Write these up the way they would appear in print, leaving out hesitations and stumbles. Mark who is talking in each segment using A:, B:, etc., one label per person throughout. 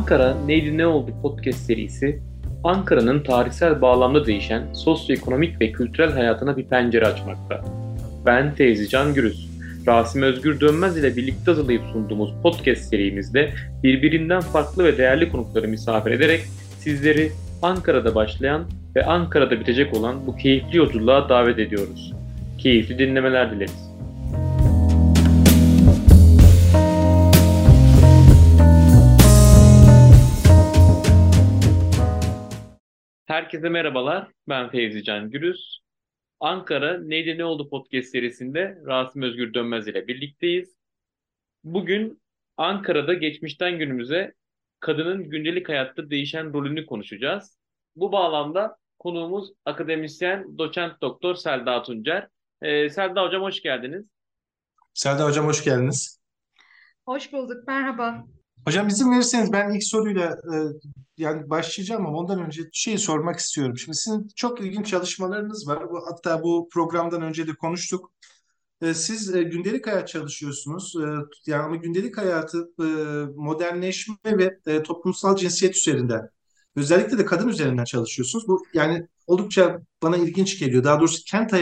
A: Ankara Neydi Ne Oldu podcast serisi, Ankara'nın tarihsel bağlamda değişen sosyoekonomik ve kültürel hayatına bir pencere açmakta. Ben Teyzican Gürüz. Rasim Özgür Dönmez ile birlikte hazırlayıp sunduğumuz podcast serimizde birbirinden farklı ve değerli konukları misafir ederek sizleri Ankara'da başlayan ve Ankara'da bitecek olan bu keyifli yolculuğa davet ediyoruz. Keyifli dinlemeler dileriz. Herkese merhabalar, ben Feyzi Can Gürüz. Ankara Neydi Ne Oldu podcast serisinde Rasim Özgür Dönmez ile birlikteyiz. Bugün Ankara'da geçmişten günümüze kadının gündelik hayatta değişen rolünü konuşacağız. Bu bağlamda konuğumuz akademisyen doçent doktor Selda Tuncer. Selda Hocam hoş geldiniz.
B: Serdar Hocam hoş geldiniz.
C: Hoş bulduk, merhaba.
B: Hocam izin verirseniz ben ilk soruyla yani başlayacağım ama ondan önce şeyi sormak istiyorum. Şimdi sizin çok ilginç çalışmalarınız var. Hatta bu programdan önce de konuştuk. Siz gündelik hayat çalışıyorsunuz. Yani ama gündelik hayatı modernleşme ve toplumsal cinsiyet üzerinden, özellikle de kadın üzerinden çalışıyorsunuz. Bu yani oldukça bana ilginç geliyor. Daha doğrusu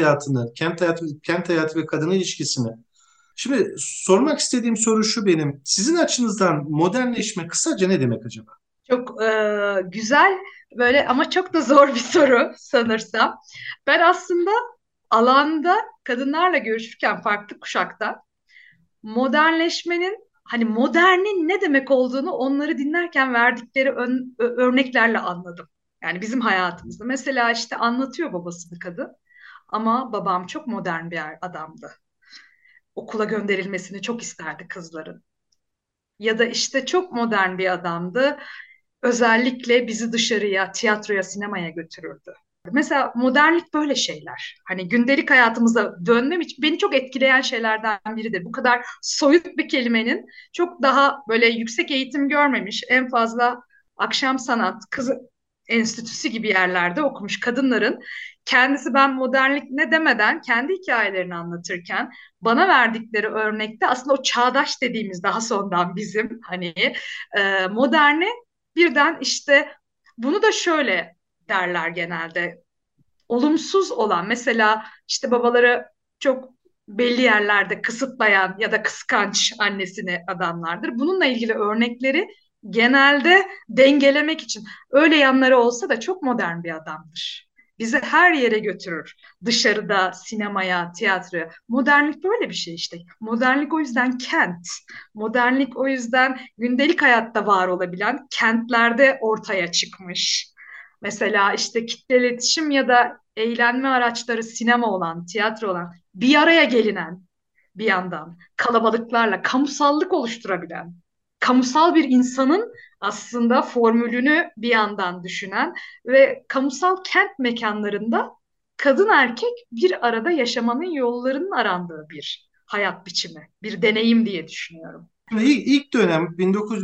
B: kent hayatı ve kadın ilişkisini. Şimdi sormak istediğim soru şu benim. Sizin açınızdan modernleşme kısaca ne demek acaba?
C: Çok güzel böyle ama çok da zor bir soru sanırsam. Ben aslında alanda kadınlarla görüşürken farklı kuşakta modernleşmenin hani modernin ne demek olduğunu onları dinlerken verdikleri örneklerle anladım. Yani bizim hayatımızda. Mesela işte anlatıyor babası bir kadın ama babam çok modern bir adamdı. Okula gönderilmesini çok isterdi kızların. Ya da işte çok modern bir adamdı. Özellikle bizi dışarıya, tiyatroya, sinemaya götürürdü. Mesela modernlik böyle şeyler. Hani gündelik hayatımıza döndüğüm için beni çok etkileyen şeylerden biridir. Bu kadar soyut bir kelimenin çok daha böyle yüksek eğitim görmemiş, en fazla akşam sanat, kız enstitüsü gibi yerlerde okumuş kadınların kendisi ben modernlik ne demeden kendi hikayelerini anlatırken bana verdikleri örnekte aslında o çağdaş dediğimiz daha sondan bizim hani moderni birden işte bunu da şöyle derler genelde. Olumsuz olan mesela işte babaları çok belli yerlerde kısıtlayan ya da kıskanç annesini adamlardır. Bununla ilgili örnekleri genelde dengelemek için öyle yanları olsa da çok modern bir adamdır. Bizi her yere götürür. Dışarıda, sinemaya, tiyatroya. Modernlik böyle bir şey işte. Modernlik o yüzden kent. Modernlik o yüzden gündelik hayatta var olabilen kentlerde ortaya çıkmış. Mesela işte kitle iletişim ya da eğlenme araçları sinema olan, tiyatro olan bir araya gelinen bir yandan kalabalıklarla kamusallık oluşturabilen, kamusal bir insanın aslında formülünü bir yandan düşünen ve kamusal kent mekanlarında kadın erkek bir arada yaşamanın yollarının arandığı bir hayat biçimi, bir deneyim diye düşünüyorum.
B: Şimdi ilk dönem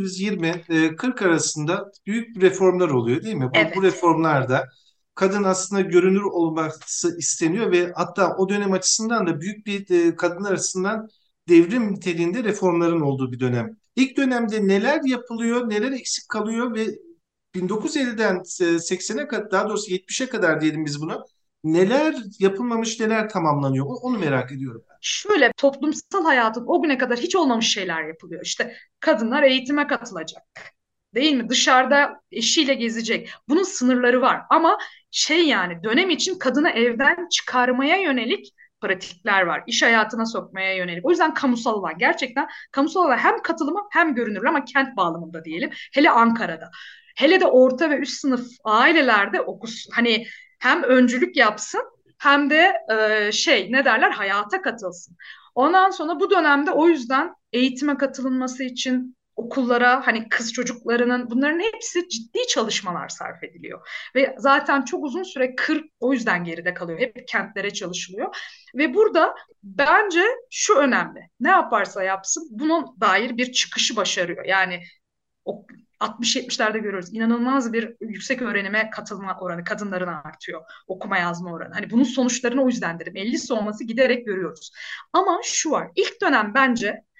B: 1920-40 arasında büyük reformlar oluyor değil mi? Bu
C: Evet.
B: reformlarda kadın aslında görünür olması isteniyor ve hatta o dönem açısından da büyük bir kadınlar açısından devrim niteliğinde reformların olduğu bir dönem. İlk dönemde neler yapılıyor, neler eksik kalıyor ve 1950'den 80'e kadar, daha doğrusu 70'e kadar diyelim biz buna, neler yapılmamış, neler tamamlanıyor? Onu merak ediyorum.
C: Şöyle toplumsal hayatın o güne kadar hiç olmamış şeyler yapılıyor. İşte kadınlar eğitime katılacak. Değil mi? Dışarıda eşiyle gezecek. Bunun sınırları var. Ama şey yani dönem için kadını evden çıkarmaya yönelik pratikler var. İş hayatına sokmaya yönelik. O yüzden kamusal olan gerçekten kamusal olan hem katılımı hem görünür ama kent bağlamında diyelim. Hele Ankara'da. Hele de orta ve üst sınıf ailelerde okusun. Hani hem öncülük yapsın hem de şey ne derler hayata katılsın. Ondan sonra bu dönemde o yüzden eğitime katılınması için okullara hani kız çocuklarının bunların hepsi ciddi çalışmalar sarf ediliyor. Ve zaten çok uzun süre kır o yüzden geride kalıyor. Hep kentlere çalışılıyor. Ve burada bence şu önemli. Ne yaparsa yapsın buna dair bir çıkışı başarıyor. Yani o 60-70'lerde görüyoruz. İnanılmaz bir yüksek öğrenime katılma oranı kadınların artıyor. Okuma yazma oranı. Hani bunun sonuçlarını o yüzden dedim. 50 olması giderek görüyoruz. Ama şu var. İlk dönem bence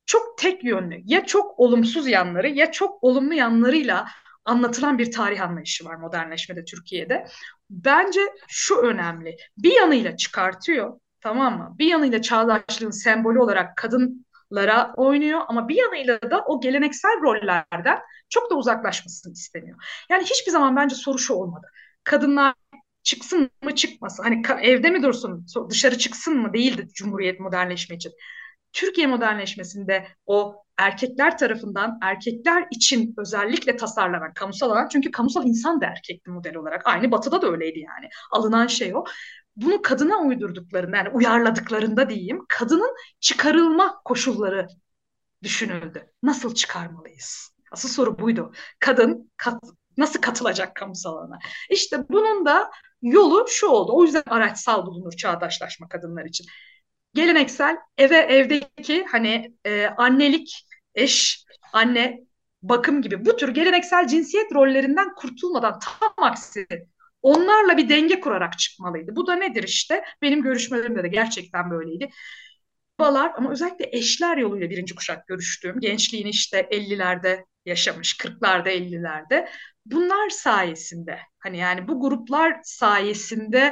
C: çok tek yönlü, ya çok olumsuz yanları ya çok olumlu yanlarıyla anlatılan bir tarih anlayışı var modernleşmede Türkiye'de. Bence şu önemli. Bir yanıyla çıkartıyor, tamam mı? Bir yanıyla çağdaşlığın sembolü olarak kadınlara oynuyor ama bir yanıyla da o geleneksel rollerden çok da uzaklaşmasını istemiyor. Yani hiçbir zaman bence soru şu olmadı. Kadınlar çıksın mı çıkmasın? Hani evde mi dursun, dışarı çıksın mı? Değildi Cumhuriyet modernleşme için. Türkiye modernleşmesinde o erkekler tarafından erkekler için özellikle tasarlanan kamusal alan, çünkü kamusal insan da erkekti model olarak. Aynı Batı'da da öyleydi yani. Alınan şey o. Bunu kadına uydurduklarında, yani uyarladıklarında diyeyim, kadının çıkarılma koşulları düşünüldü. Nasıl çıkarmalıyız? Asıl soru buydu. Kadın nasıl katılacak kamusal alana? İşte bunun da yolu şu oldu. O yüzden araçsal bulunur çağdaşlaşma kadınlar için. Geleneksel evdeki hani annelik, eş, anne, bakım gibi bu tür geleneksel cinsiyet rollerinden kurtulmadan tam aksi onlarla bir denge kurarak çıkmalıydı. Bu da nedir işte? Benim görüşmelerimde de gerçekten böyleydi. Babalar ama özellikle eşler yoluyla birinci kuşak görüştüğüm, gençliğini işte 50'lerde yaşamış, 40'larda 50'lerde. Bunlar sayesinde hani yani bu gruplar sayesinde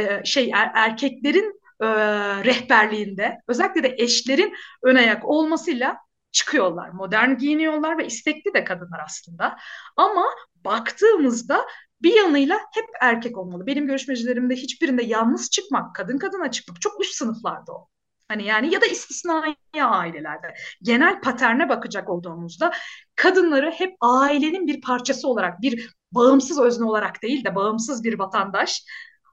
C: erkeklerin rehberliğinde özellikle de eşlerin ön ayak olmasıyla çıkıyorlar. Modern giyiniyorlar ve istekli de kadınlar aslında. Ama baktığımızda bir yanıyla hep erkek olmalı. Benim görüşmecilerimde hiçbirinde yalnız çıkmak, kadın kadına çıkmak çok üst sınıflarda o. Hani yani ya da istisnai ailelerde. Genel paterne bakacak olduğumuzda kadınları hep ailenin bir parçası olarak, bir bağımsız özne olarak değil de bağımsız bir vatandaş,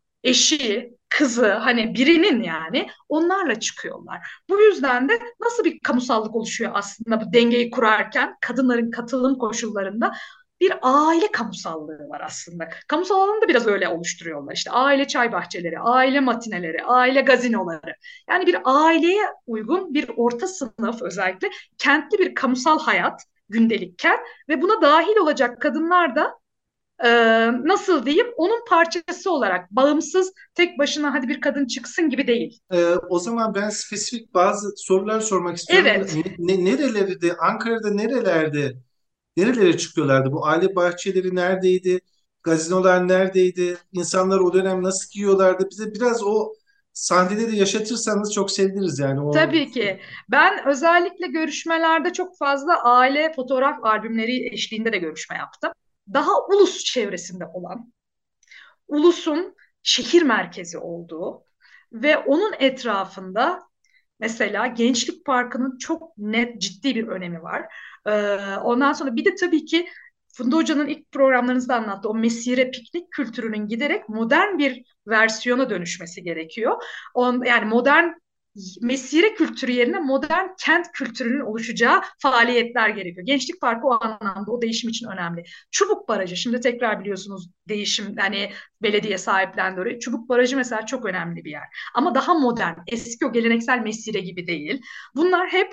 C: eşi, kızı hani birinin yani onlarla çıkıyorlar. Bu yüzden de nasıl bir kamusallık oluşuyor aslında bu dengeyi kurarken kadınların katılım koşullarında bir aile kamusallığı var aslında. Kamusal alanı da biraz öyle oluşturuyorlar. İşte aile çay bahçeleri, aile matineleri, aile gazinoları. Yani bir aileye uygun bir orta sınıf özellikle kentli bir kamusal hayat gündelikken ve buna dahil olacak kadınlar da nasıl diyeyim onun parçası olarak bağımsız tek başına hadi bir kadın çıksın gibi değil.
B: O zaman ben spesifik bazı sorular sormak istiyorum.
C: Evet.
B: Nerelerdi? Ankara'da nerelere çıkıyorlardı? Bu aile bahçeleri neredeydi? Gazinolar neredeydi? İnsanlar o dönem nasıl giyiyorlardı? Bize biraz o sahneleri yaşatırsanız çok seviniriz yani.
C: Tabii ki. Ben özellikle görüşmelerde çok fazla aile fotoğraf albümleri eşliğinde de görüşme yaptım. Daha ulus çevresinde olan, ulusun şehir merkezi olduğu ve onun etrafında mesela Gençlik Parkı'nın çok net ciddi bir önemi var. Ondan sonra bir de tabii ki Funda Hoca'nın ilk programlarınızda anlattığı o mesire piknik kültürünün giderek modern bir versiyona dönüşmesi gerekiyor. Yani modern mesire kültürü yerine modern kent kültürünün oluşacağı faaliyetler gerekiyor. Gençlik Parkı o anlamda o değişim için önemli. Çubuk Barajı şimdi tekrar biliyorsunuz değişim hani belediye sahiplendi orayı. Çubuk Barajı mesela çok önemli bir yer. Ama daha modern, eski o geleneksel mesire gibi değil. Bunlar hep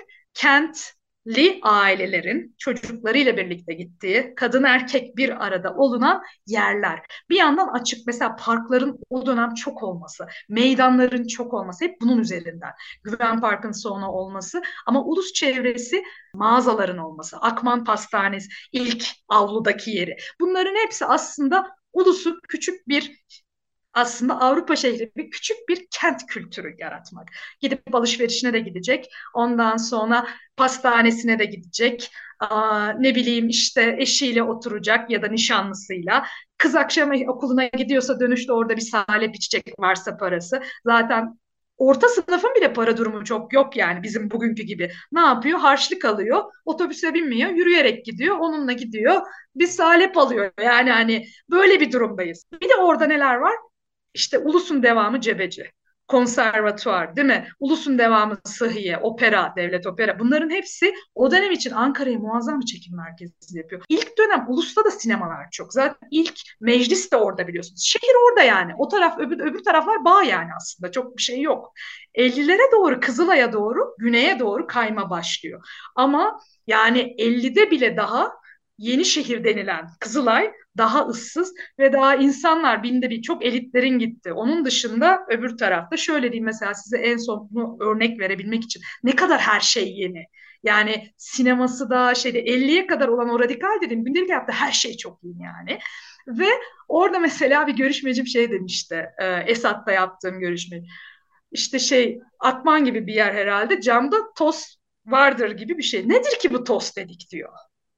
C: kentli ailelerin çocuklarıyla birlikte gittiği, kadın erkek bir arada olunan yerler. Bir yandan açık mesela parkların o dönem çok olması, meydanların çok olması hep bunun üzerinden. Güven Park'ın sonu olması ama ulus çevresi mağazaların olması, Akman Pastanesi ilk avludaki yeri. Bunların hepsi aslında ulusu küçük bir aslında Avrupa şehri bir küçük bir kent kültürü yaratmak. Gidip alışverişine de gidecek. Ondan sonra pastanesine de gidecek. Ne bileyim işte eşiyle oturacak ya da nişanlısıyla. Kız akşam okuluna gidiyorsa dönüşte orada bir salep içecek varsa parası. Zaten orta sınıfın bile para durumu çok yok yani bizim bugünkü gibi. Ne yapıyor? Harçlık alıyor. Otobüse binmiyor. Yürüyerek gidiyor. Onunla gidiyor. Bir salep alıyor. Yani hani böyle bir durumdayız. Bir de orada neler var? İşte Ulus'un devamı Cebeci, konservatuvar değil mi? Ulus'un devamı Sıhhiye, opera, devlet opera. Bunların hepsi o dönem için Ankara'yı muazzam bir çekim merkezi yapıyor. İlk dönem Ulus'ta da sinemalar çok. Zaten ilk meclis de orada biliyorsunuz. Şehir orada yani. O taraf öbür taraflar bağ yani aslında. Çok bir şey yok. 50'lere doğru Kızılay'a doğru güneye doğru kayma başlıyor. Ama yani 50'de bile daha Yenişehir denilen Kızılay daha ıssız ve daha insanlar binde bir çok elitlerin gitti. Onun dışında öbür tarafta şöyle diyeyim mesela size en son bunu örnek verebilmek için ne kadar her şey yeni. Yani sineması da 50'ye kadar olan o radikal dediğim gündelik hayatta her şey çok iyi yani. Ve orada mesela bir görüşmecim demişti. Esat'ta yaptığım görüşme. İşte Akman gibi bir yer herhalde. Camda tost vardır gibi bir şey. Nedir ki bu tost dedik diyor.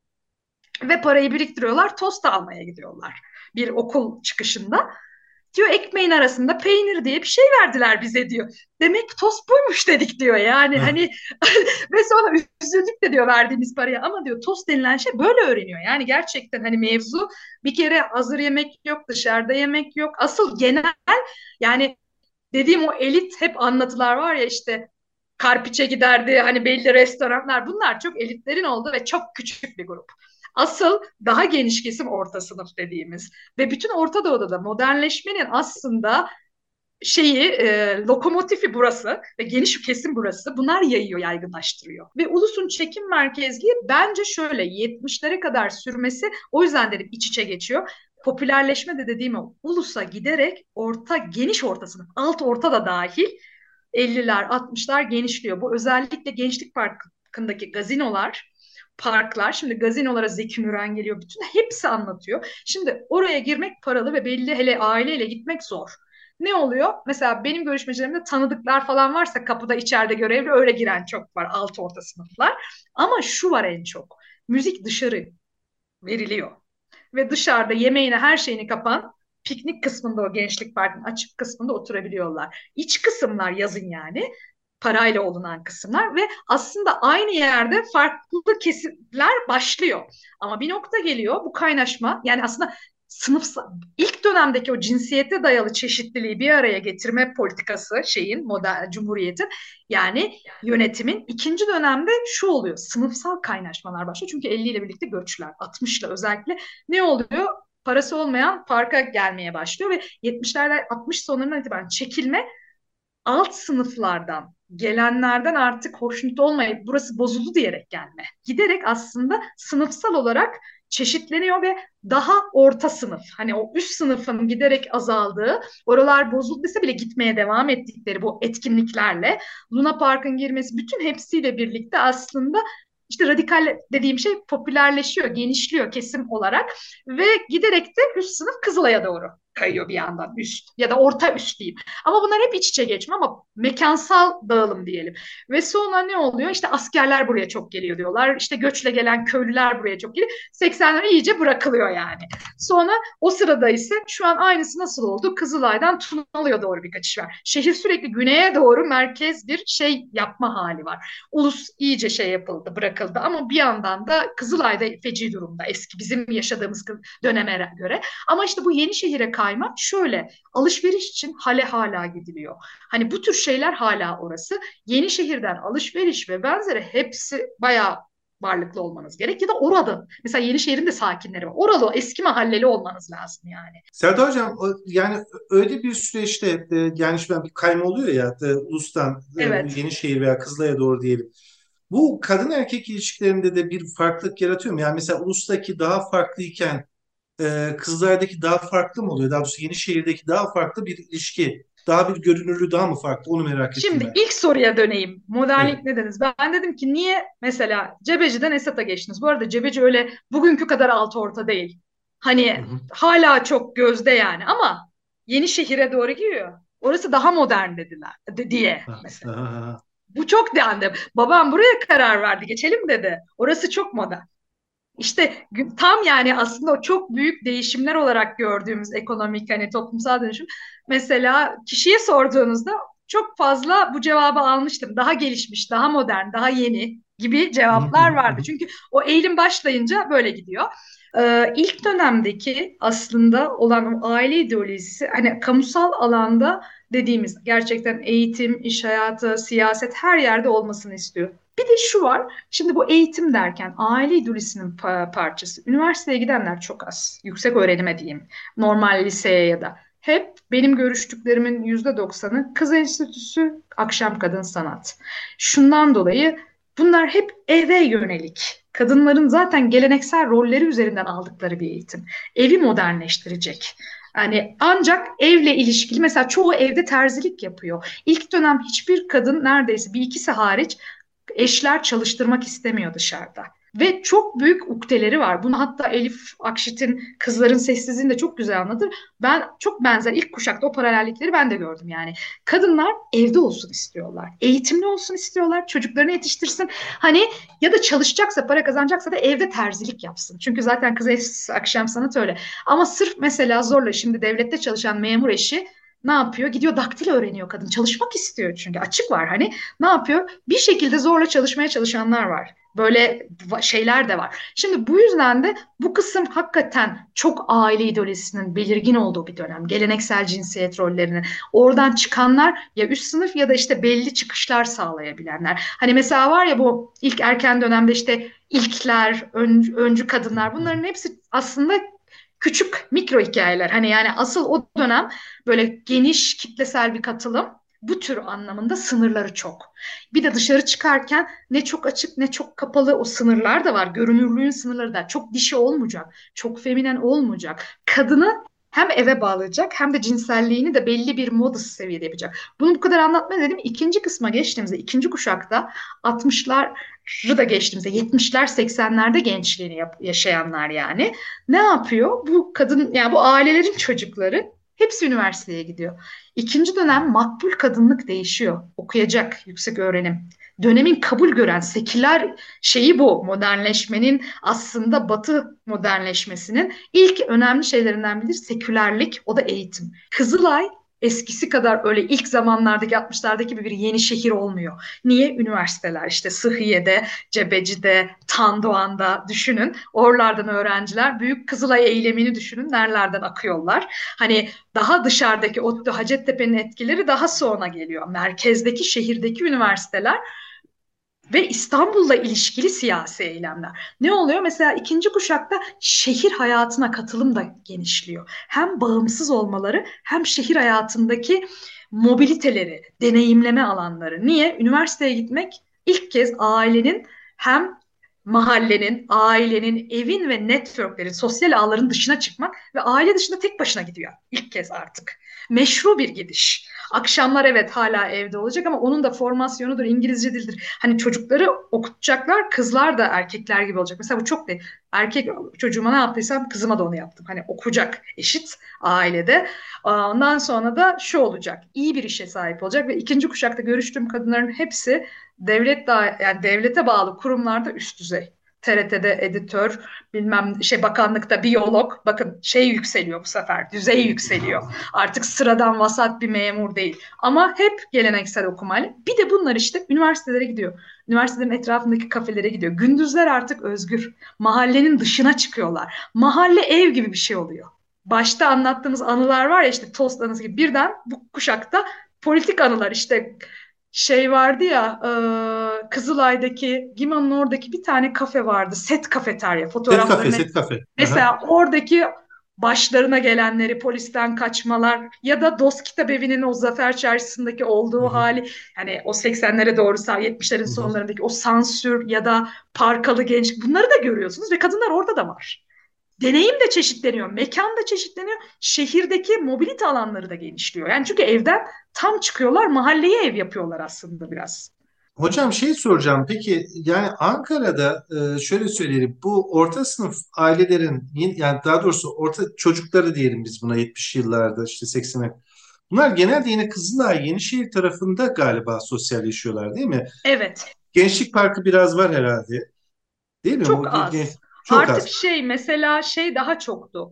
C: Ve parayı biriktiriyorlar, tost almaya gidiyorlar. Bir okul çıkışında. Diyor ekmeğin arasında peynir diye bir şey verdiler bize diyor. Demek ki tost buymuş dedik diyor. Yani hani ve sonra üzüldük de diyor verdiğimiz paraya ama diyor tost denilen şey böyle öğreniyor. Yani gerçekten hani mevzu bir kere hazır yemek yok, dışarıda yemek yok. Asıl genel yani dediğim o elit hep anlatılar var ya Karpiç'e giderdi hani belli restoranlar bunlar çok elitlerin olduğu ve çok küçük bir grup. Asıl daha geniş kesim orta sınıf dediğimiz ve bütün Orta Doğu'da da modernleşmenin aslında lokomotifi burası ve geniş kesim burası. Bunlar yayıyor, yaygınlaştırıyor. Ve ulusun çekim merkezliği bence 70'lere kadar sürmesi o yüzden dedim iç içe geçiyor. Popülerleşme de dediğim o ulusa giderek geniş orta sınıf, alt orta da dahil 50'ler 60'lar genişliyor. Bu özellikle Gençlik Parkı'ndaki gazinolar, parklar. Şimdi gazinolara Zeki Müren geliyor. Bütün hepsi anlatıyor. Şimdi oraya girmek paralı ve belli hele aileyle gitmek zor. Ne oluyor? Mesela benim görüşmecilerimde tanıdıklar falan varsa kapıda içeride görevli öyle giren çok var alt orta sınıflar. Ama şu var en çok. Müzik dışarı veriliyor. Ve dışarıda yemeğini her şeyini kapan piknik kısmında o Gençlik Parkı'nın açık kısmında oturabiliyorlar. İç kısımlar yazın yani parayla olunan kısımlar ve aslında aynı yerde farklı kesimler başlıyor. Ama bir nokta geliyor bu kaynaşma yani aslında ilk dönemdeki o cinsiyete dayalı çeşitliliği bir araya getirme politikası modern cumhuriyetin yani yönetimin ikinci dönemde şu oluyor sınıfsal kaynaşmalar başlıyor. Çünkü 50 ile birlikte göçler 60 ile özellikle ne oluyor? Parası olmayan parka gelmeye başlıyor ve 70'lerden 60 sonlarından itibaren çekilme alt sınıflardan gelenlerden artık hoşnut olmayıp burası bozuldu diyerek gelme. Giderek aslında sınıfsal olarak çeşitleniyor ve daha orta sınıf hani o üst sınıfın giderek azaldığı oralar bozulduysa bile gitmeye devam ettikleri bu etkinliklerle Luna Park'ın girmesi bütün hepsiyle birlikte aslında radikal dediğim şey popülerleşiyor, genişliyor kesim olarak ve giderek de üst sınıf Kızılay'a doğru kayıyor bir yandan üst ya da orta üst diyeyim. Ama bunlar hep iç içe geçme ama mekansal dağılım diyelim. Ve sonra ne oluyor? Askerler buraya çok geliyor diyorlar. Göçle gelen köylüler buraya çok geliyor. 80'ler iyice bırakılıyor yani. Sonra o sırada ise şu an aynısı nasıl oldu? Kızılay'dan Tunalı'ya doğru bir kaçış var. Şehir sürekli güneye doğru merkez bir yapma hali var. Ulus iyice yapıldı, bırakıldı ama bir yandan da Kızılay'da feci durumda eski bizim yaşadığımız döneme göre. Ama bu yeni şehire kayma alışveriş için hala gidiliyor. Hani bu tür şeyler hala orası. Yeni şehirden alışveriş ve benzeri hepsi bayağı varlıklı olmanız gerek ya da orada. Mesela Yenişehir'in de sakinleri var. Oralı, eski mahalleli olmanız lazım yani.
B: Serdar Hocam yani öyle bir süreçte yani şimdi bir kayma oluyor ya Ulus'tan
C: Evet.
B: Yenişehir veya Kızılay'a doğru diyelim. Bu kadın erkek ilişkilerinde de bir farklılık yaratıyor mu? Yani mesela Ulus'taki daha farklıyken Kızılay'daki daha farklı mı oluyor? Daha doğrusu Yenişehir'deki daha farklı bir ilişki, daha bir görünürlüğü daha mı farklı? Onu merak ettim
C: Şimdi
B: ben.
C: ilk soruya döneyim. Modernlik
B: Evet.
C: ne dediniz? Ben dedim ki niye mesela Cebeci'den Esat'a geçtiniz? Bu arada Cebeci öyle bugünkü kadar altı orta değil.
B: Hı
C: Hani
B: hı.
C: hala çok gözde yani ama Yenişehir'e doğru gidiyor. Orası daha modern dediler diye
B: Ha,
C: mesela.
B: ha, ha.
C: Bu çok dendi. Babam buraya karar verdi. Geçelim dedi. Orası çok modern. Tam yani aslında o çok büyük değişimler olarak gördüğümüz ekonomik hani toplumsal dönüşüm. Mesela kişiye sorduğunuzda çok fazla bu cevabı almıştım. Daha gelişmiş, daha modern, daha yeni gibi
B: Hı hı
C: cevaplar
B: hı
C: vardı.
B: hı.
C: Çünkü o eğilim başlayınca böyle gidiyor. İlk dönemdeki aslında olan o aile ideolojisi hani kamusal alanda dediğimiz gerçekten eğitim, iş hayatı, siyaset her yerde olmasını istiyor. Bir de şu var, şimdi bu eğitim derken aile ideolojisinin parçası. Üniversiteye gidenler çok az. Yüksek öğrenime diyeyim. Normal liseye ya da. Hep benim görüştüklerimin %90'ı kız enstitüsü, akşam kadın sanat. Şundan dolayı bunlar hep eve yönelik. Kadınların zaten geleneksel rolleri üzerinden aldıkları bir eğitim. Evi modernleştirecek. Yani ancak evle ilişkili mesela çoğu evde terzilik yapıyor. İlk dönem hiçbir kadın neredeyse bir ikisi hariç Eşler çalıştırmak istemiyor dışarıda. Ve çok büyük ukdeleri var. Bunu hatta Elif Akşit'in Kızların Sessizliği'nde çok güzel anlatır. Ben çok benzer ilk kuşakta o paralellikleri ben de gördüm yani. Kadınlar evde olsun istiyorlar. Eğitimli olsun istiyorlar. Çocuklarını yetiştirsin. Hani ya da çalışacaksa, para kazanacaksa da evde terzilik yapsın. Çünkü zaten kız akşam sanat öyle. Ama sırf mesela zorla şimdi devlette çalışan memur eşi ne yapıyor? Gidiyor daktilo öğreniyor kadın. Çalışmak istiyor çünkü açık var hani. Ne yapıyor? Bir şekilde zorla çalışmaya çalışanlar var. Böyle şeyler de var. Şimdi bu yüzden de bu kısım hakikaten çok aile ideolojisinin belirgin olduğu bir dönem. Geleneksel cinsiyet rollerinin. Oradan çıkanlar ya üst sınıf ya da işte belli çıkışlar sağlayabilenler. Hani mesela var ya bu ilk erken dönemde işte ilkler, öncü kadınlar bunların hepsi aslında küçük mikro hikayeler. Hani yani asıl o dönem böyle geniş kitlesel bir katılım bu tür anlamında sınırları çok. Bir de dışarı çıkarken ne çok açık ne çok kapalı o sınırlar da var. Görünürlüğün sınırları da çok dişi olmayacak, çok feminen olmayacak. Kadını hem eve bağlayacak hem de cinselliğini de belli bir modus seviyede yapacak. Bunu bu kadar anlatma dedim. İkinci kısma geçtiğimizde, ikinci kuşakta 60'ları da geçtiğimizde 70'ler 80'lerde gençliğini yaşayanlar yani. Ne yapıyor? Bu kadın yani bu ailelerin çocukları hepsi üniversiteye gidiyor. İkinci dönem makbul kadınlık değişiyor. Okuyacak yüksek öğrenim. Dönemin kabul gören seküler şeyi bu. Modernleşmenin aslında Batı modernleşmesinin ilk önemli şeylerinden biri sekülerlik, o da eğitim. Kızılay eskisi kadar öyle ilk zamanlardaki 60'lardaki bir yeni şehir olmuyor. Niye? Üniversiteler işte Sıhhiye'de, Cebeci'de, Tandoğan'da düşünün. Oralardan öğrenciler Büyük Kızılay eylemini düşünün. Nerelerden akıyorlar? Hani daha dışarıdaki ODTÜ Hacettepe'nin etkileri daha sonra geliyor. Merkezdeki şehirdeki üniversiteler ve İstanbul'la ilişkili siyasi eylemler. Ne oluyor? Mesela ikinci kuşakta şehir hayatına katılım da genişliyor. Hem bağımsız olmaları hem şehir hayatındaki mobiliteleri, deneyimleme alanları. Niye? Üniversiteye gitmek ilk kez ailenin hem mahallenin, ailenin, evin ve networklerin, sosyal ağların dışına çıkmak ve aile dışında tek başına gidiyor. İlk kez artık. Meşru bir gidiş. Akşamlar evet hala evde olacak ama onun da formasyonudur, İngilizce dildir. Hani çocukları okutacaklar, kızlar da erkekler gibi olacak. Mesela bu çok değil. Erkek çocuğuma ne yaptıysam kızıma da onu yaptım. Hani okuyacak eşit ailede. Ondan sonra da şu olacak. İyi bir işe sahip olacak ve ikinci kuşakta görüştüğüm kadınların hepsi yani devlete bağlı kurumlarda üst düzey. TRT'de editör, bilmem şey bakanlıkta biyolog. Bakın şey yükseliyor bu sefer, düzey yükseliyor. Artık sıradan vasat bir memur değil. Ama hep geleneksel okumayla. Bir de bunlar işte üniversitelere gidiyor. Üniversitelerin etrafındaki kafelere gidiyor. Gündüzler artık özgür. Mahallenin dışına çıkıyorlar. Mahalle ev gibi bir şey oluyor. Başta anlattığımız anılar var ya işte tost anısı gibi birden bu kuşakta politik anılar işte şey vardı ya Kızılay'daki Giman'ın oradaki bir tane kafe vardı. Set kafeterya
B: Set kafe,
C: fotoğraflarını
B: set kafe. Aha.
C: mesela oradaki başlarına gelenleri polisten kaçmalar ya da Dost Kitabevi'nin o Zafer Çarşısı'ndaki
B: Hı
C: olduğu
B: hı.
C: hali yani o 80'lere doğru 70'lerin
B: Hı hı.
C: sonlarındaki o sansür ya da parkalı gençlik bunları da görüyorsunuz ve kadınlar orada da var. Deneyim de çeşitleniyor, mekan da çeşitleniyor, şehirdeki mobilite alanları da genişliyor. Yani çünkü evden tam çıkıyorlar, mahalleye ev yapıyorlar aslında biraz.
B: Hocam şey soracağım. Peki yani Ankara'da şöyle söyleyelim. Bu orta sınıf ailelerin yani daha doğrusu orta çocukları diyelim biz buna 70 yıllarda işte 80'e. Bunlar genelde yine Kızılay, Yenişehir tarafında galiba sosyalleşiyorlar değil mi?
C: Evet,
B: Gençlik Parkı biraz var herhalde. Değil mi?
C: çok az.
B: Çok
C: Artık
B: az.
C: şey mesela şey daha çoktu.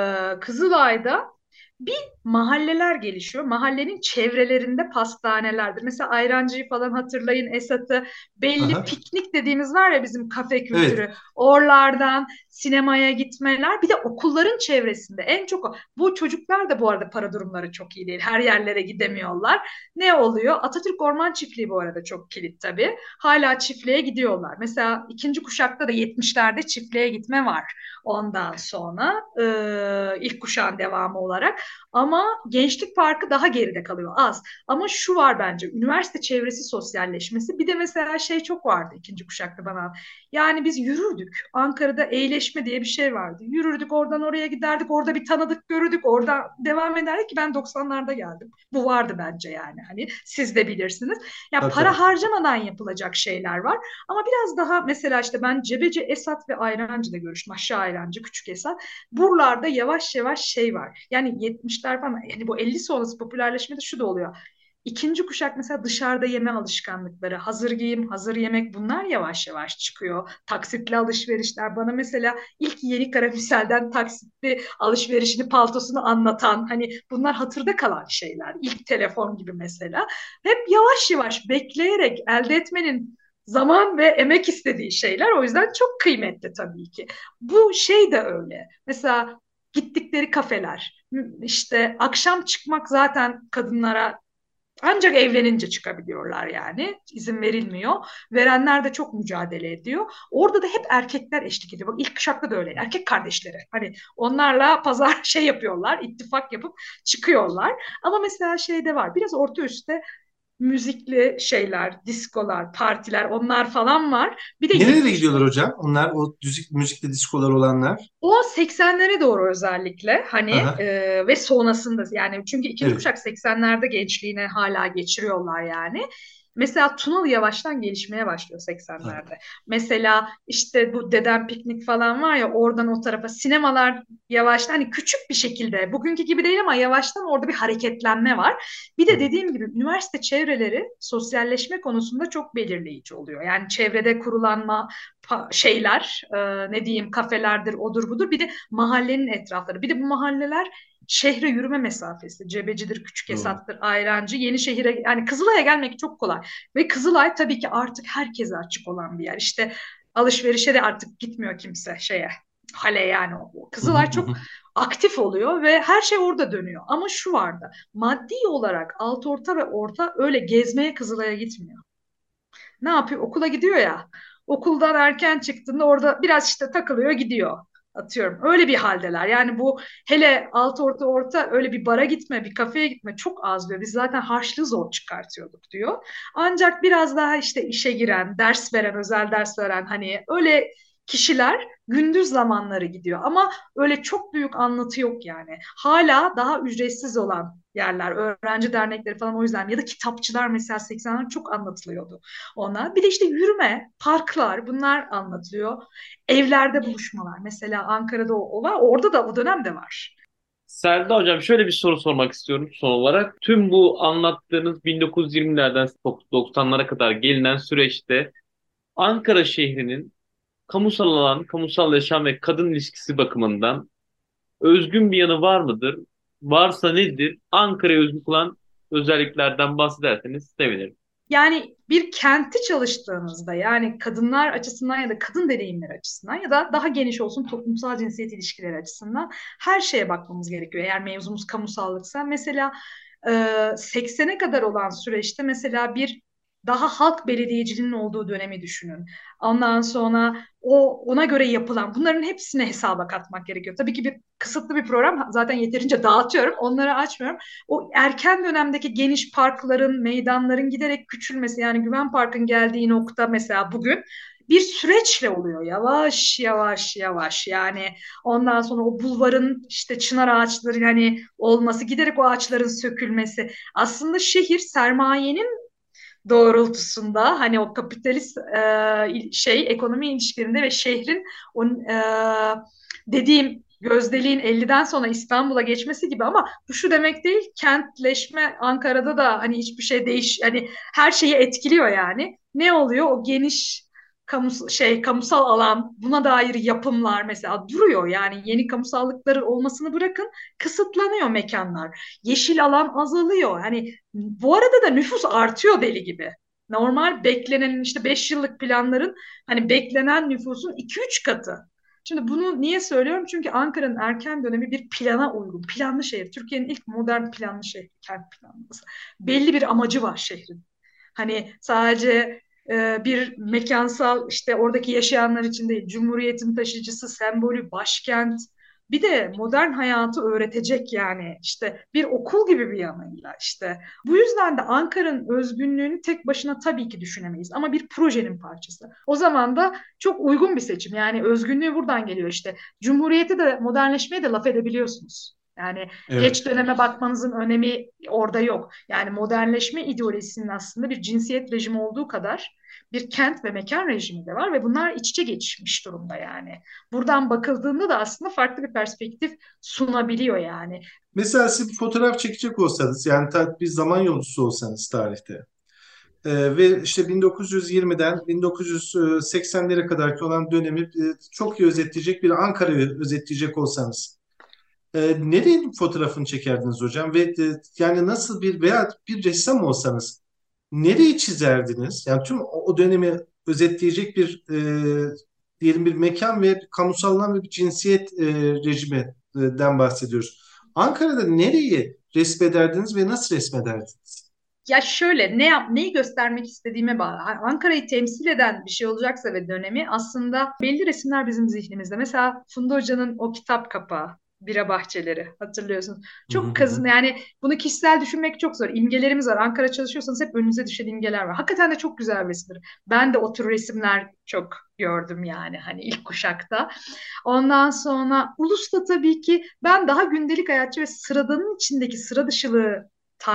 C: Kızılay'da bir mahalleler gelişiyor. Mahallenin çevrelerinde pastanelerdir. Mesela Ayrancı'yı falan hatırlayın Esat'ı. Belli
B: Aha.
C: piknik dediğimiz var ya bizim kafe
B: Evet.
C: kültürü. Oralardan sinemaya gitmeler. Bir de okulların çevresinde en çok bu çocuklar da bu arada para durumları çok iyi değil. Her yerlere gidemiyorlar. Ne oluyor? Atatürk Orman Çiftliği bu arada çok kilit tabii. Hala çiftliğe gidiyorlar. Mesela ikinci kuşakta da 70'lerde çiftliğe gitme var. Ondan sonra ilk kuşağın devamı olarak. Ama Gençlik Parkı daha geride kalıyor az. Ama şu var bence üniversite çevresi sosyalleşmesi. Bir de mesela şey çok vardı ikinci kuşakta bana. Yani biz yürürdük. Ankara'da popülerleşme diye bir şey vardı. Yürürdük oradan oraya giderdik, orada bir tanıdık görürdük, orada devam ederdik ki ben 90'larda geldim. Bu vardı bence yani hani siz de bilirsiniz. Ya
B: Tabii
C: para
B: tabii.
C: harcamadan yapılacak şeyler var ama biraz daha mesela işte ben Cebeci, Esat ve Ayrancı'da görüştüm. Aşağı Ayrancı, Küçük Esat. Buralarda yavaş yavaş şey var. Yani 70'ler falan yani bu 50 sonrası popülerleşmede şu da oluyor. İkinci kuşak mesela dışarıda yeme alışkanlıkları, hazır giyim, hazır yemek bunlar yavaş yavaş çıkıyor. Taksitli alışverişler bana mesela ilk Yeni Karamürsel'den taksitli alışverişini, paltosunu anlatan hani bunlar hatırda kalan şeyler. İlk telefon gibi mesela. Hep yavaş yavaş bekleyerek elde etmenin zaman ve emek istediği şeyler. O yüzden çok kıymetli tabii ki. Bu şey de öyle. Mesela gittikleri kafeler, işte akşam çıkmak zaten kadınlara ancak evlenince çıkabiliyorlar yani. İzin verilmiyor. Verenler de çok mücadele ediyor. Orada da hep erkekler eşlik ediyor. Bak ilk kuşakta da öyle. Erkek kardeşleri. Hani onlarla pazar şey yapıyorlar. İttifak yapıp çıkıyorlar. Ama mesela şeyde var. Biraz orta üstte müzikli şeyler, diskolar, partiler onlar falan var. Bir de
B: Nerelere
C: 70'ler.
B: gidiyorlar hocam? Onlar o müzikli diskolar olanlar.
C: O 80'lere doğru özellikle hani
B: Aha,
C: ve sonrasında yani çünkü ikinci
B: evet.
C: kuşak 80'lerde gençliğine hala geçiriyorlar yani. Mesela Tunalı yavaştan gelişmeye başlıyor
B: Ha.
C: 80'lerde. Mesela işte bu Dedem Piknik falan var ya oradan o tarafa sinemalar yavaştan hani küçük bir şekilde bugünkü gibi değil ama yavaştan orada bir hareketlenme var. Bir de
B: Evet.
C: dediğim gibi üniversite çevreleri sosyalleşme konusunda çok belirleyici oluyor. Yani çevrede kurulanma şeyler ne diyeyim kafelerdir odur budur bir de mahallenin etrafları bir de bu mahalleler şehre yürüme mesafesi Cebecidir, Küçük
B: Doğru.
C: Esat'tır, Ayrancı, Yenişehir'e yani Kızılay'a gelmek çok kolay ve Kızılay tabii ki artık herkese açık olan bir yer işte alışverişe de artık gitmiyor kimse şeye hale yani o.
B: Hı hı
C: Kızılay
B: hı.
C: çok aktif oluyor ve her şey orada dönüyor ama şu vardı maddi olarak alt orta ve orta öyle gezmeye Kızılay'a gitmiyor ne yapıyor? Okula gidiyor ya. Okuldan erken çıktığında orada biraz işte takılıyor gidiyor. Atıyorum. Öyle bir haldeler. Yani bu hele alt orta orta öyle bir bara gitme, bir kafeye gitme çok az diyor. Biz zaten harçlığı zor çıkartıyorduk diyor. Ancak biraz daha işte işe giren, ders veren, özel ders veren hani öyle kişiler gündüz zamanları gidiyor. Ama öyle çok büyük anlatı yok yani. Hala daha ücretsiz olan yerler, öğrenci dernekleri falan o yüzden ya da kitapçılar mesela 80'ler çok anlatılıyordu ona. Bir de işte yürüme, parklar bunlar anlatılıyor. Evlerde buluşmalar. Mesela Ankara'da o var. Orada da o dönem de var.
A: Selda Hocam şöyle bir soru sormak istiyorum son olarak. Tüm bu anlattığınız 1920'lerden 90'lara kadar gelinen süreçte Ankara şehrinin kamusal alan, kamusal yaşam ve kadın ilişkisi bakımından özgün bir yanı var mıdır? Varsa nedir? Ankara'ya özgü kılan özelliklerden bahsederseniz sevinirim.
C: Yani bir kenti çalıştığınızda yani kadınlar açısından ya da kadın deneyimleri açısından ya da daha geniş olsun toplumsal cinsiyet ilişkileri açısından her şeye bakmamız gerekiyor. Eğer mevzumuz kamusallıksa mesela 80'e kadar olan süreçte mesela bir daha halk belediyeciliğinin olduğu dönemi düşünün. Ondan sonra ona göre yapılan bunların hepsini hesaba katmak gerekiyor. Tabii ki bir kısıtlı bir program zaten yeterince dağıtıyorum. Onları açmıyorum o erken dönemdeki geniş parkların, meydanların giderek küçülmesi yani Güven Park'ın geldiği nokta mesela bugün bir süreçle oluyor yavaş yavaş yavaş yani ondan sonra o bulvarın işte çınar ağaçları yani olması giderek o ağaçların sökülmesi aslında şehir sermayenin doğrultusunda hani o kapitalist ekonomi ilişkilerinde ve şehrin o dediğim gözdeliğin 50'den sonra İstanbul'a geçmesi gibi ama bu şu demek değil kentleşme Ankara'da da hani hiçbir şey hani her şeyi etkiliyor yani. Ne oluyor? O geniş kamusal alan buna dair yapımlar mesela duruyor yani yeni kamusallıkları olmasını bırakın kısıtlanıyor mekanlar. Yeşil alan azalıyor. Hani bu arada da nüfus artıyor deli gibi. Normal beklenen işte 5 yıllık planların hani beklenen nüfusun 2-3 katı. Şimdi bunu niye söylüyorum? Çünkü Ankara'nın erken dönemi bir plana uygun. Planlı şehir. Türkiye'nin ilk modern planlı şehri. Kent planlaması. Belli bir amacı var şehrin. Hani sadece bir mekansal işte oradaki yaşayanlar için değil. Cumhuriyetin taşıyıcısı, sembolü, başkent. bir de modern hayatı öğretecek, yani işte bir okul gibi bir yanıyla işte. Bu yüzden de Ankara'nın özgünlüğünü tek başına tabii ki düşünemeyiz ama bir projenin parçası. O zaman da çok uygun bir seçim. Yani özgünlüğü buradan geliyor işte. Cumhuriyeti de modernleşmeye de laf edebiliyorsunuz. Yani geç
B: Evet.
C: döneme bakmanızın önemi orada yok. Yani modernleşme ideolojisinin aslında bir cinsiyet rejimi olduğu kadar bir kent ve mekan rejimi de var ve bunlar iç içe geçmiş durumda yani. Buradan bakıldığında da aslında farklı bir perspektif sunabiliyor yani.
B: Mesela siz bir fotoğraf çekecek olsanız, yani bir zaman yolcusu olsanız tarihte, ve işte 1920'den 1980'lere kadarki olan dönemi çok iyi özetleyecek bir Ankara'yı özetleyecek olsanız, nerenin fotoğrafını çekerdiniz hocam? Ve yani nasıl bir, veya bir ressam olsanız nereyi çizerdiniz? Yani tüm o dönemi özetleyecek bir diyelim bir mekan ve kamusallan ve bir cinsiyet rejiminden bahsediyoruz. Ankara'da nereyi resmederdiniz ve nasıl resmederdiniz?
C: Ya şöyle, neyi göstermek istediğime bağlı. Ankara'yı temsil eden bir şey olacaksa ve dönemi, aslında belli resimler bizim zihnimizde. Mesela Funda Hoca'nın o kitap kapağı, Bira Bahçeleri, hatırlıyorsunuz.
B: Hı hı
C: Çok
B: hı.
C: kazın, yani bunu kişisel düşünmek çok zor. İmgelerimiz var. Ankara çalışıyorsanız hep önünüze düşen imgeler var. Hakikaten de çok güzel resimdir. Ben de o tür resimler çok gördüm yani, hani ilk kuşakta. Ondan sonra Ulus'ta tabii ki ben daha gündelik hayatçı ve sıradanın içindeki sıra dışılığı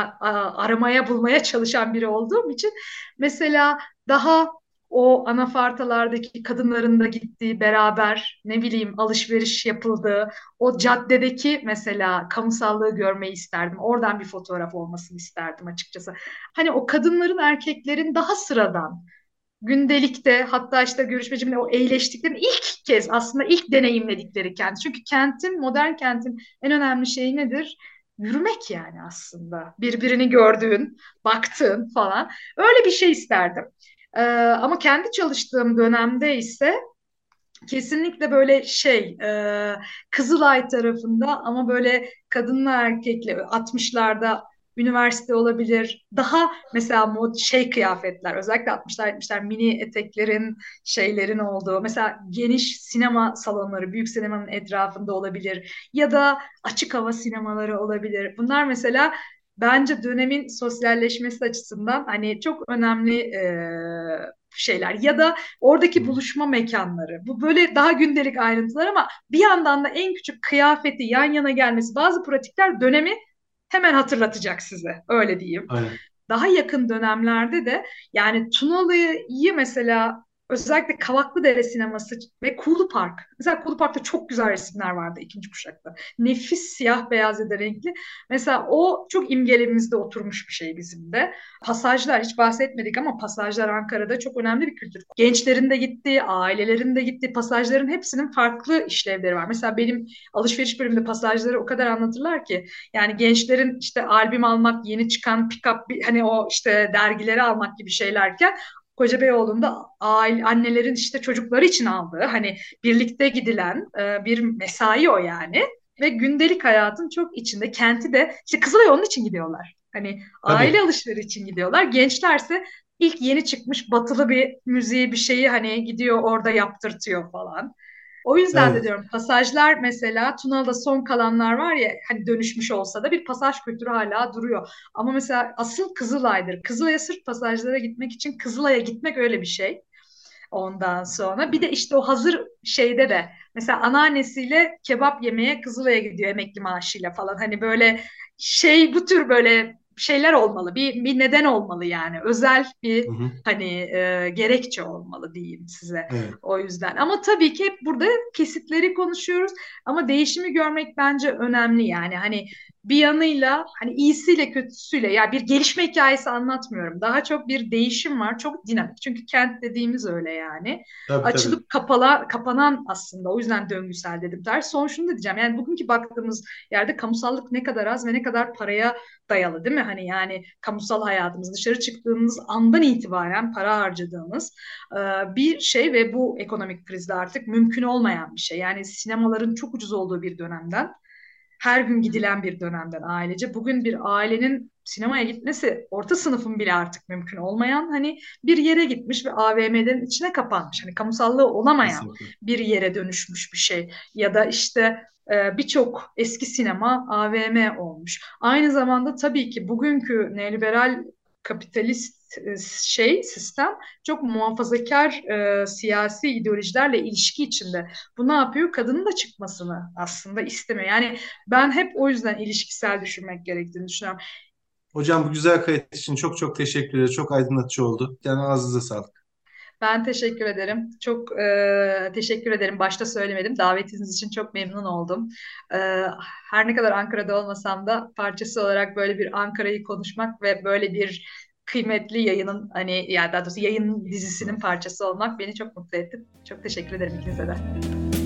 C: aramaya bulmaya çalışan biri olduğum için, mesela daha o anafartalardaki kadınların da gittiği, beraber ne bileyim alışveriş yapıldığı o caddedeki mesela kamusallığı görmeyi isterdim. Oradan bir fotoğraf olmasını isterdim açıkçası. Hani o kadınların, erkeklerin daha sıradan, gündelikte, hatta işte görüşmecimle o eğleştiklerini ilk kez aslında ilk deneyimledikleri kent. Çünkü kentin, modern kentin en önemli şeyi nedir? Yürümek yani aslında. Birbirini gördüğün, baktığın falan. Öyle bir şey isterdim. Ama kendi çalıştığım dönemde ise kesinlikle böyle Kızılay tarafında, ama böyle kadınla erkekle 60'larda üniversite olabilir. Daha mesela kıyafetler, özellikle 60'lar 70'ler, mini eteklerin, şeylerin olduğu, mesela geniş sinema salonları büyük sinemanın etrafında olabilir ya da açık hava sinemaları olabilir. Bunlar mesela bence dönemin sosyalleşmesi açısından hani çok önemli şeyler, ya da
B: Hı.
C: oradaki buluşma mekanları. Bu böyle daha gündelik ayrıntılar ama bir yandan da en küçük kıyafeti yan yana gelmesi, bazı pratikler dönemi hemen hatırlatacak size. Öyle diyeyim.
B: Aynen.
C: Daha yakın dönemlerde de yani Tunalı'yı mesela, özellikle Kavaklıdere sineması ve Kulu Park. Mesela Kulu Park'ta çok güzel resimler vardı ikinci kuşakta. Nefis siyah beyaz ya da renkli. Mesela o çok imgelemimizde oturmuş bir şey bizim de. Pasajlar, hiç bahsetmedik ama pasajlar Ankara'da çok önemli bir kültür. Gençlerin de gittiği, ailelerin de gittiği, pasajların hepsinin farklı işlevleri var. Mesela benim alışveriş bölümünde pasajları o kadar anlatırlar ki, yani gençlerin işte albüm almak, yeni çıkan pick-up, hani o işte dergileri almak gibi şeylerken, Kocabeyoğlu'nda annelerin işte çocukları için aldığı, hani birlikte gidilen bir mesai o yani. Ve gündelik hayatın çok içinde, kenti de işte Kızılay onun için gidiyorlar. Hani aile
B: Tabii.
C: alışverişi için gidiyorlar. Gençlerse ilk yeni çıkmış batılı bir müziği, bir şeyi hani gidiyor orada yaptırtıyor falan. O yüzden de
B: Evet.
C: diyorum, pasajlar mesela, Tunalı'da son kalanlar var ya, hani dönüşmüş olsa da bir pasaj kültürü hala duruyor. Ama mesela asıl Kızılay'dır. Kızılay'a sırf pasajlara gitmek için Kızılay'a gitmek öyle bir şey. Ondan sonra bir de işte o hazır şeyde de mesela anneannesiyle kebap yemeye Kızılay'a gidiyor emekli maaşıyla falan. Hani böyle bu tür böyle şeyler olmalı. Bir neden olmalı yani. Özel
B: Hı
C: bir
B: hı.
C: hani gerekçe olmalı diyeyim size.
B: Evet.
C: O yüzden. Ama tabii ki hep burada kesitleri konuşuyoruz. Ama değişimi görmek bence önemli yani. Hani bir yanıyla, hani iyisiyle kötüsüyle, ya bir gelişme hikayesi anlatmıyorum. Daha çok bir değişim var. Çok dinamik. Çünkü kent dediğimiz öyle yani.
B: Tabii tabii.
C: Açılıp kapanan aslında. O yüzden döngüsel dedim. Son şunu da diyeceğim. Yani bugünkü baktığımız yerde kamusallık ne kadar az ve ne kadar paraya dayalı, değil mi? Hani yani kamusal hayatımız, dışarı çıktığımız andan itibaren para harcadığımız bir şey ve bu ekonomik krizde artık mümkün olmayan bir şey. Yani sinemaların çok ucuz olduğu bir dönemden her gün gidilen bir dönemden ailece. Bugün bir ailenin sinemaya gitmesi orta sınıfın bile artık mümkün olmayan hani bir yere gitmiş ve AVM'lerin içine kapanmış. Hani kamusallığı olamayan
B: Kesinlikle.
C: bir yere dönüşmüş bir şey. Ya da işte birçok eski sinema AVM olmuş. Aynı zamanda tabii ki bugünkü neoliberal kapitalist sistem çok muhafazakar siyasi ideolojilerle ilişki içinde. Bu ne yapıyor? Kadının da çıkmasını aslında istemiyor. Yani ben hep o yüzden ilişkisel düşünmek gerektiğini düşünüyorum.
B: Hocam bu güzel kayıt için çok çok teşekkür ederim. Çok aydınlatıcı oldu. Yani ağzınıza sağlık.
C: Ben teşekkür ederim. Çok teşekkür ederim. Başta söylemedim. Davetiniz için çok memnun oldum. E, Her ne kadar Ankara'da olmasam da parçası olarak böyle bir Ankara'yı konuşmak ve böyle bir kıymetli yayının hani yani daha doğrusu yayın dizisinin parçası olmak beni çok mutlu etti. Çok teşekkür ederim ikinize de.